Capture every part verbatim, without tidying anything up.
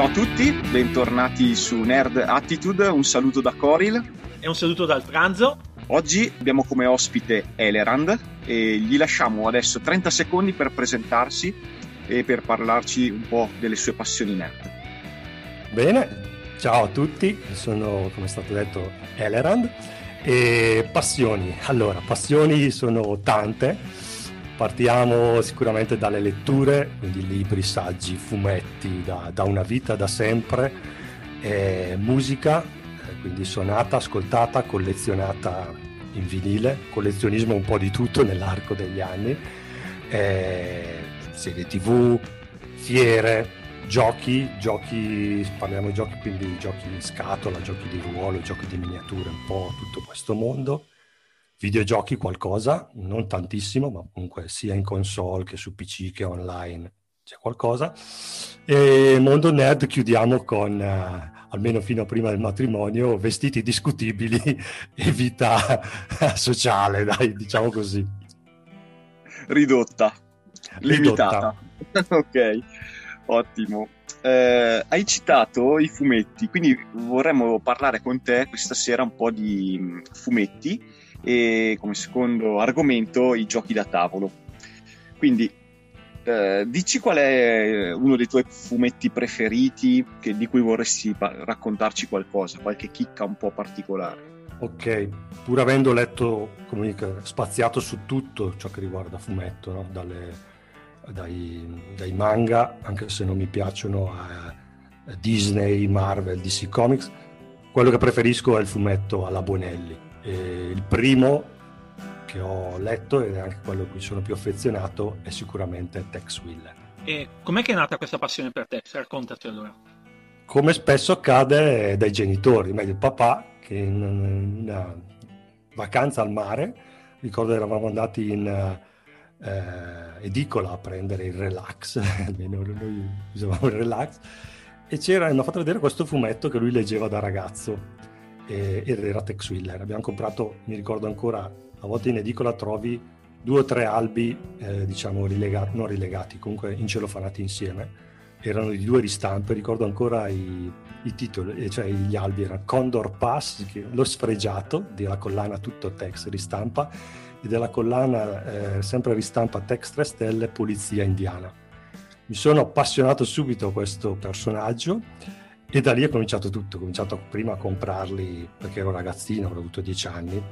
Ciao a tutti, bentornati su Nerd Attitude, un saluto da Coril e un saluto dal Franzo. Oggi abbiamo come ospite Elerand e gli lasciamo adesso trenta secondi per presentarsi e per parlarci un po' delle sue passioni nerd. Bene, ciao a tutti, sono, come è stato detto, Elerand. E passioni, allora, passioni sono tante. Partiamo sicuramente dalle letture, quindi libri, saggi, fumetti, da, da una vita, da sempre, e musica, quindi suonata, ascoltata, collezionata in vinile, collezionismo un po' di tutto nell'arco degli anni, e serie tv, fiere, giochi, giochi, parliamo di giochi, quindi giochi in scatola, giochi di ruolo, giochi di miniature, un po' tutto questo mondo. Videogiochi qualcosa, non tantissimo, ma comunque sia in console che su P C che online c'è qualcosa. E mondo nerd chiudiamo con, eh, almeno fino a prima del matrimonio, vestiti discutibili e vita sociale, dai, diciamo così. Ridotta, limitata. Ridotta. Ok, ottimo. Eh, hai citato i fumetti, quindi vorremmo parlare con te questa sera un po' di fumetti e come secondo argomento i giochi da tavolo. Quindi eh, dici qual è uno dei tuoi fumetti preferiti che, di cui vorresti pa- raccontarci qualcosa, qualche chicca un po' particolare. Ok, pur avendo letto, come dico, spaziato su tutto ciò che riguarda fumetto, no? Dalle, dai, dai manga, anche se non mi piacciono, a, a Disney, Marvel, D C Comics, quello che preferisco è il fumetto alla Bonelli. E il primo che ho letto ed è anche quello a cui sono più affezionato è sicuramente Tex Willer. E com'è che è nata questa passione per te? Raccontaci allora. Come spesso accade dai genitori, meglio il papà, che in una vacanza al mare, ricordo eravamo andati in eh, edicola a prendere il relax, almeno noi usavamo il relax, e c'era, mi ha fatto vedere questo fumetto che lui leggeva da ragazzo. Ed era Tex Willer. Abbiamo comprato, mi ricordo ancora, a volte in edicola trovi due o tre albi eh, diciamo rilegati, non rilegati, comunque incelofanati insieme, erano di due ristampe. Ricordo ancora i, i titoli, cioè gli albi erano Condor Pass, che, lo sfregiato della collana tutto Tex ristampa, e della collana eh, sempre ristampa Tex tre stelle Polizia Indiana. Mi sono appassionato subito a questo personaggio e da lì è cominciato tutto. Ho cominciato prima a comprarli perché ero ragazzino, avrò avuto dieci anni,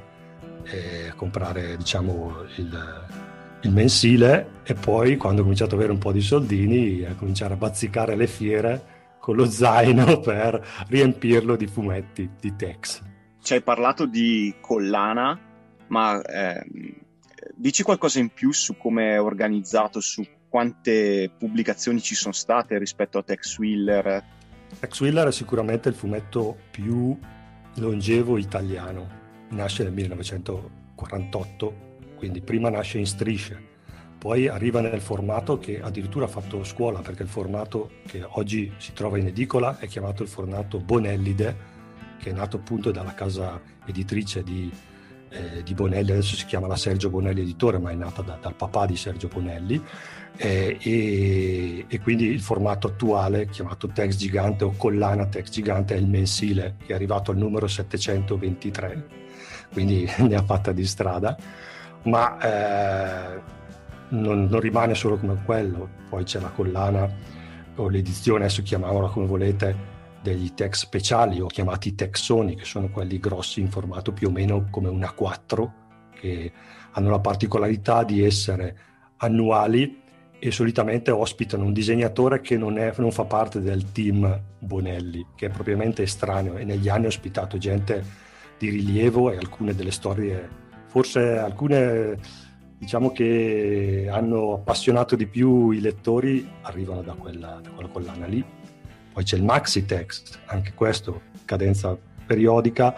e a comprare, diciamo, il, il mensile, e poi quando ho cominciato ad avere un po' di soldini a cominciare a bazzicare le fiere con lo zaino per riempirlo di fumetti di Tex. Ci hai parlato di collana, ma ehm, dici qualcosa in più su come è organizzato, su quante pubblicazioni ci sono state rispetto a Tex Willer? Tex Willer è sicuramente il fumetto più longevo italiano, nasce nel millenovecentoquarantotto, quindi prima nasce in strisce, poi arriva nel formato che addirittura ha fatto scuola, perché il formato che oggi si trova in edicola è chiamato il formato Bonellide, che è nato appunto dalla casa editrice di, eh, di Bonelli, adesso si chiama la Sergio Bonelli Editore, ma è nata da, dal papà di Sergio Bonelli. Eh, e, e quindi il formato attuale, chiamato Tex Gigante o collana Tex Gigante, è il mensile, che è arrivato al numero settecentoventitré, quindi ne ha fatta di strada, ma eh, non, non rimane solo come quello. Poi c'è la collana o l'edizione, adesso chiamiamola come volete, degli Tex speciali o chiamati Texoni, che sono quelli grossi in formato più o meno come un A quattro, che hanno la particolarità di essere annuali e solitamente ospitano un disegnatore che non, è, non fa parte del team Bonelli, che è propriamente estraneo, e negli anni ha ospitato gente di rilievo, e alcune delle storie, forse alcune diciamo che hanno appassionato di più i lettori, arrivano da quella, da quella collana lì. Poi c'è il Maxi Tex, anche questo, cadenza periodica,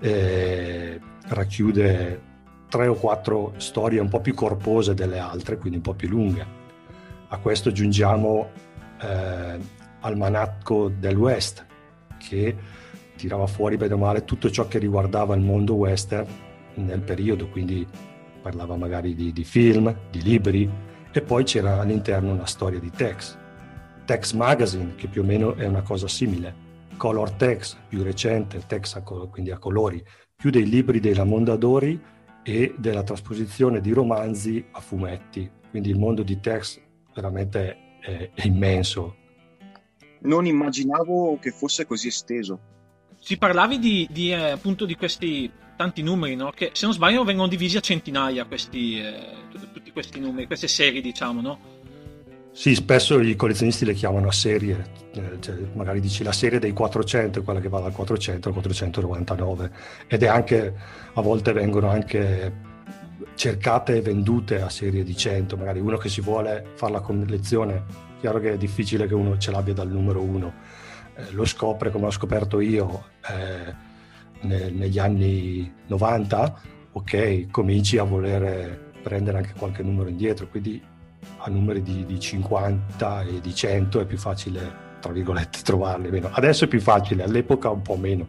eh, racchiude tre o quattro storie un po' più corpose delle altre, quindi un po' più lunghe. A questo aggiungiamo eh, Almanacco del West, che tirava fuori bene o male tutto ciò che riguardava il mondo western nel periodo, quindi parlava magari di, di film, di libri, e poi c'era all'interno una storia di Tex. Tex Magazine, che più o meno è una cosa simile, Color Tex, più recente, Tex a col- quindi a colori, più dei libri della Mondadori e della trasposizione di romanzi a fumetti. Quindi il mondo di Tex veramente è, è immenso. Non immaginavo che fosse così esteso. Si parlavi di, di eh, appunto di questi tanti numeri, no? Che se non sbaglio vengono divisi a centinaia questi, eh, t- tutti questi numeri, queste serie, diciamo, no? Sì, spesso i collezionisti le chiamano a serie, eh, cioè magari dici la serie dei quattrocento, quella che va dal quattrocento al quattrocentonovantanove, ed è anche, a volte vengono anche cercate e vendute a serie di cento, magari uno che si vuole fare la collezione, chiaro che è difficile che uno ce l'abbia dal numero uno, eh, lo scopre come ho scoperto io eh, ne, negli anni novanta, ok, cominci a voler prendere anche qualche numero indietro, quindi a numeri di, di cinquanta e di cento è più facile, tra virgolette, trovarli. Meno. Adesso è più facile, all'epoca un po' meno.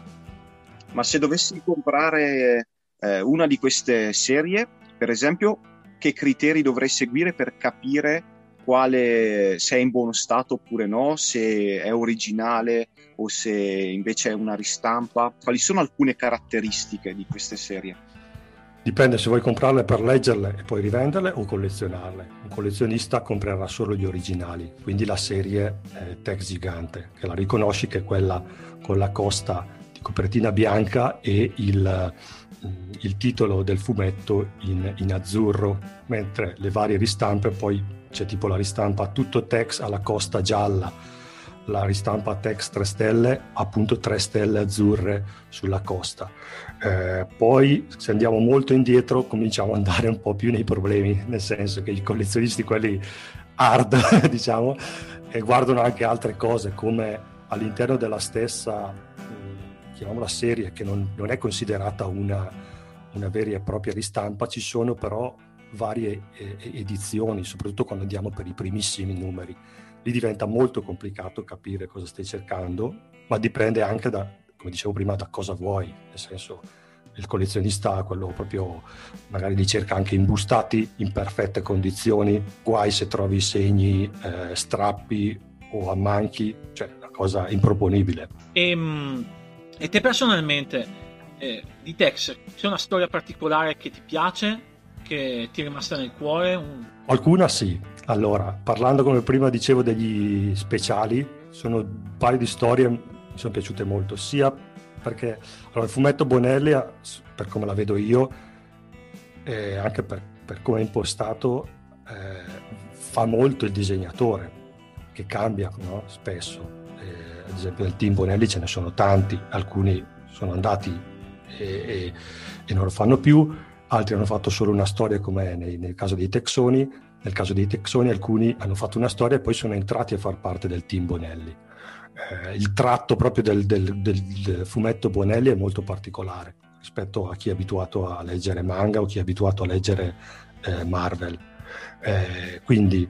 Ma se dovessi comprare eh, una di queste serie, per esempio, che criteri dovrei seguire per capire quale, se è in buono stato oppure no, se è originale o se invece è una ristampa? Quali sono alcune caratteristiche di queste serie? Dipende se vuoi comprarle per leggerle e poi rivenderle o collezionarle. Un collezionista comprerà solo gli originali, quindi la serie eh, Tex gigante, che la riconosci che è quella con la costa di copertina bianca e il, il titolo del fumetto in, in azzurro, mentre le varie ristampe poi c'è tipo la ristampa tutto Tex alla costa gialla, la ristampa Tex tre stelle, appunto tre stelle azzurre sulla costa. Eh, poi se andiamo molto indietro cominciamo ad andare un po' più nei problemi, nel senso che i collezionisti, quelli hard diciamo, eh, guardano anche altre cose, come all'interno della stessa mh, chiamiamola serie, che non, non è considerata una, una vera e propria ristampa, ci sono però varie eh, edizioni, soprattutto quando andiamo per i primissimi numeri. Lì diventa molto complicato capire cosa stai cercando, ma dipende anche da, come dicevo prima, da cosa vuoi, nel senso il collezionista, quello proprio magari li cerca anche imbustati, in perfette condizioni, guai se trovi segni, eh, strappi o ammanchi, cioè una cosa improponibile. E, e te personalmente, eh, di Tex, c'è una storia particolare che ti piace, che ti è rimasta nel cuore? Un... Qualcuna sì. Allora, parlando come prima dicevo degli speciali, sono un paio di storie mi sono piaciute molto, sia perché allora, il fumetto Bonelli, per come la vedo io, e anche per, per come è impostato, eh, fa molto il disegnatore, che cambia, no? Spesso. Eh, ad esempio nel team Bonelli ce ne sono tanti, alcuni sono andati e, e, e non lo fanno più, altri hanno fatto solo una storia, come nel, nel caso dei Texoni. Nel caso dei Texoni alcuni hanno fatto una storia e poi sono entrati a far parte del team Bonelli. Eh, il tratto proprio del, del, del, del fumetto Bonelli è molto particolare rispetto a chi è abituato a leggere manga o chi è abituato a leggere eh, Marvel. Eh, quindi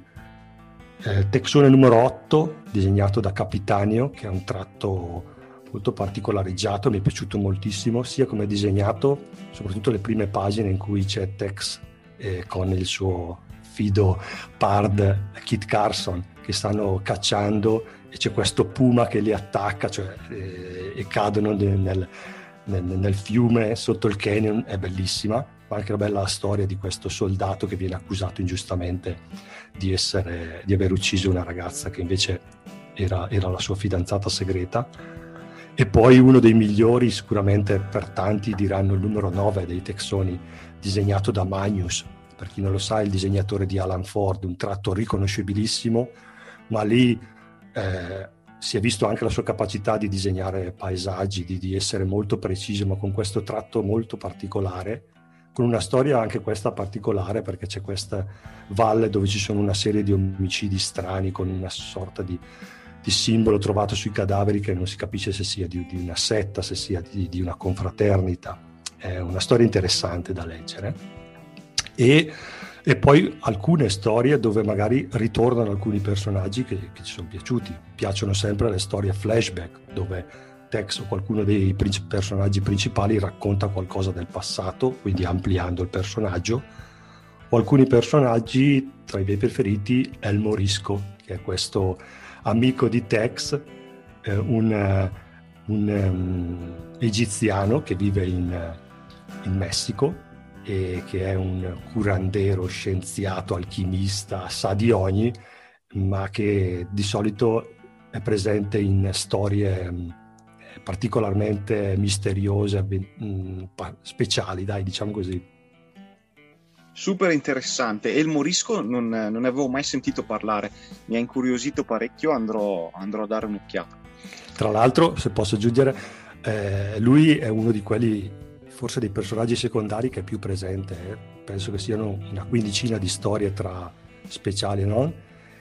eh, Texone numero otto, disegnato da Capitanio, che è un tratto molto particolareggiato, mi è piaciuto moltissimo, sia come disegnato, soprattutto le prime pagine in cui c'è Tex eh, con il suo fido Pard Kit Carson che stanno cacciando e c'è questo puma che li attacca, cioè, eh, e cadono nel, nel, nel fiume sotto il canyon. È bellissima, ma anche una bella storia di questo soldato che viene accusato ingiustamente di essere, di aver ucciso una ragazza che invece era, era la sua fidanzata segreta. E poi uno dei migliori, sicuramente per tanti diranno il numero nove dei Texoni, disegnato da Magnus. Per chi non lo sa, il disegnatore di Alan Ford, un tratto riconoscibilissimo, ma lì eh, si è visto anche la sua capacità di disegnare paesaggi, di, di essere molto preciso, ma con questo tratto molto particolare, con una storia anche questa particolare, perché c'è questa valle dove ci sono una serie di omicidi strani, con una sorta di, di simbolo trovato sui cadaveri che non si capisce se sia di, di una setta, se sia di, di una confraternita. È una storia interessante da leggere. E, e poi alcune storie dove magari ritornano alcuni personaggi che, che ci sono piaciuti. Piacciono sempre le storie flashback, dove Tex o qualcuno dei princi- personaggi principali racconta qualcosa del passato, quindi ampliando il personaggio. O alcuni personaggi, tra i miei preferiti, El Morisco, che è questo amico di Tex, eh, un, un um, egiziano che vive in, in Messico e che è un curandero, scienziato, alchimista, sa di ogni, ma che di solito è presente in storie um, particolarmente misteriose, um, speciali, dai, diciamo così. Super interessante. E il morisco non, non ne avevo mai sentito parlare, mi ha incuriosito parecchio, andrò, andrò a dare un'occhiata. Tra l'altro, se posso aggiungere, eh, lui è uno di quelli, forse dei personaggi secondari che è più presente, eh. Penso che siano una quindicina di storie tra speciali e non,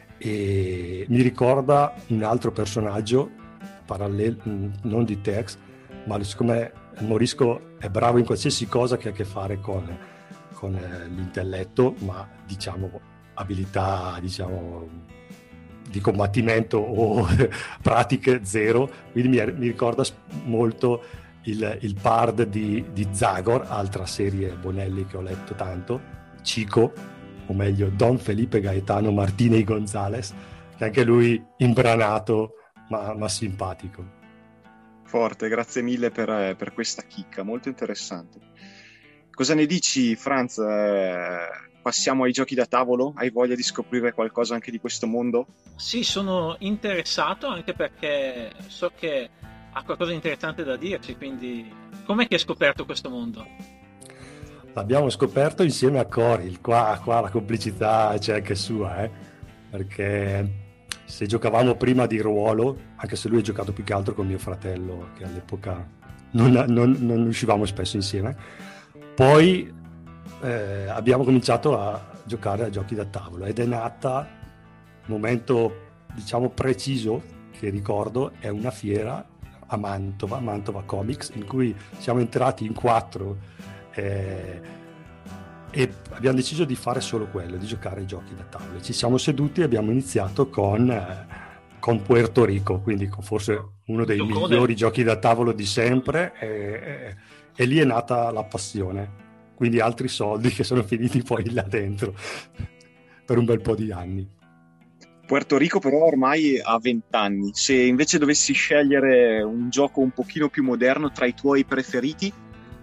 e mi ricorda un altro personaggio parallelo, non di Tex, ma siccome il morisco è bravo in qualsiasi cosa che ha a che fare con, con l'intelletto, ma diciamo abilità, diciamo, di combattimento o pratiche zero, quindi mi, mi ricorda molto il, il Pard di, di Zagor, altra serie Bonelli che ho letto tanto, Chico, o meglio Don Felipe Gaetano Martinez Gonzalez, che anche lui imbranato ma, ma simpatico. Forte, grazie mille per, per questa chicca, molto interessante. Cosa ne dici, Franz? Eh, passiamo ai giochi da tavolo? Hai voglia di scoprire qualcosa anche di questo mondo? Sì, sono interessato, anche perché so che ha qualcosa di interessante da dirci, quindi com'è che hai scoperto questo mondo? L'abbiamo scoperto insieme a Coril, qua, qua la complicità c'è anche sua, eh? Perché se giocavamo prima di ruolo, anche se lui ha giocato più che altro con mio fratello, che all'epoca non, non, non uscivamo spesso insieme, poi eh, abbiamo cominciato a giocare a giochi da tavolo ed è nata, momento diciamo preciso che ricordo, è una fiera a Mantova, Mantova Comics, in cui siamo entrati in quattro eh, e abbiamo deciso di fare solo quello, di giocare ai giochi da tavolo. Ci siamo seduti e abbiamo iniziato con, eh, con Puerto Rico, quindi con forse uno dei Giocone. migliori giochi da tavolo di sempre, e, e, e lì è nata la passione, quindi altri soldi che sono finiti poi là dentro per un bel po' di anni. Puerto Rico però ormai ha vent'anni. Se invece dovessi scegliere un gioco un pochino più moderno tra i tuoi preferiti?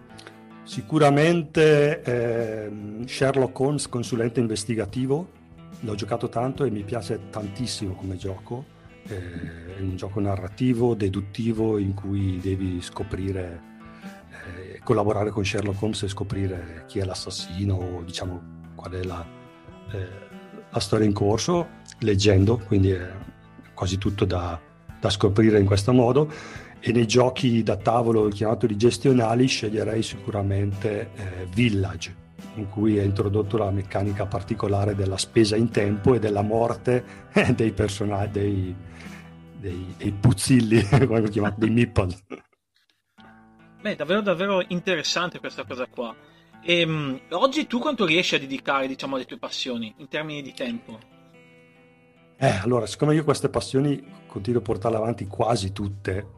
Sicuramente eh, Sherlock Holmes, consulente investigativo, l'ho giocato tanto e mi piace tantissimo come gioco. Eh, è un gioco narrativo, deduttivo, in cui devi scoprire, eh, collaborare con Sherlock Holmes e scoprire chi è l'assassino, o diciamo qual è la, eh, la storia in corso, leggendo, quindi è quasi tutto da, da scoprire in questo modo. E nei giochi da tavolo chiamato di gestionali sceglierei sicuramente eh, Village, in cui è introdotto la meccanica particolare della spesa in tempo e della morte eh, dei personaggi, dei, dei, dei puzzilli, come li chiamate, dei meeple. Beh, davvero davvero interessante questa cosa qua. E, um, oggi tu quanto riesci a dedicare, diciamo, alle tue passioni in termini di tempo? Eh, allora, siccome io queste passioni continuo a portarle avanti quasi tutte,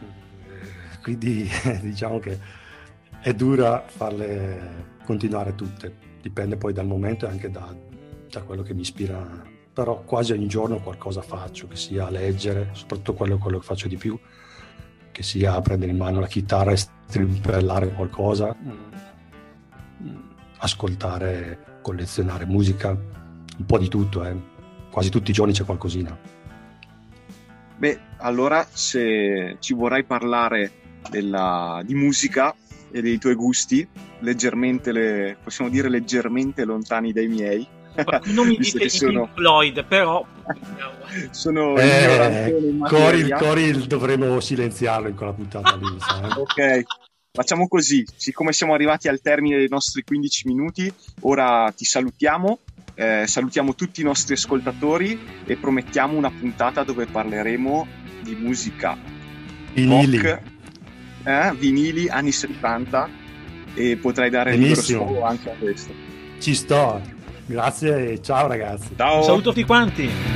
quindi diciamo che è dura farle continuare tutte, dipende poi dal momento e anche da, da quello che mi ispira, però quasi ogni giorno qualcosa faccio, che sia leggere, soprattutto quello, quello che faccio di più, che sia prendere in mano la chitarra e strimpellare qualcosa, ascoltare, collezionare musica, un po' di tutto, eh. Quasi tutti i giorni c'è qualcosina. Beh, allora se ci vorrai parlare della, di musica e dei tuoi gusti, leggermente le, possiamo dire leggermente lontani dai miei. Non mi dite i sono... Pink Floyd, però sono eh, Coril, Coril dovremo silenziarlo in quella puntata lì. Ok, facciamo così, siccome siamo arrivati al termine dei nostri quindici minuti, ora ti salutiamo. Eh, salutiamo tutti i nostri ascoltatori e promettiamo una puntata dove parleremo di musica vinili, rock, eh, vinili anni settanta, e potrai dare benissimo libero sfogo anche a questo. Ci sto, grazie e ciao ragazzi. Ciao. Un saluto a tutti quanti.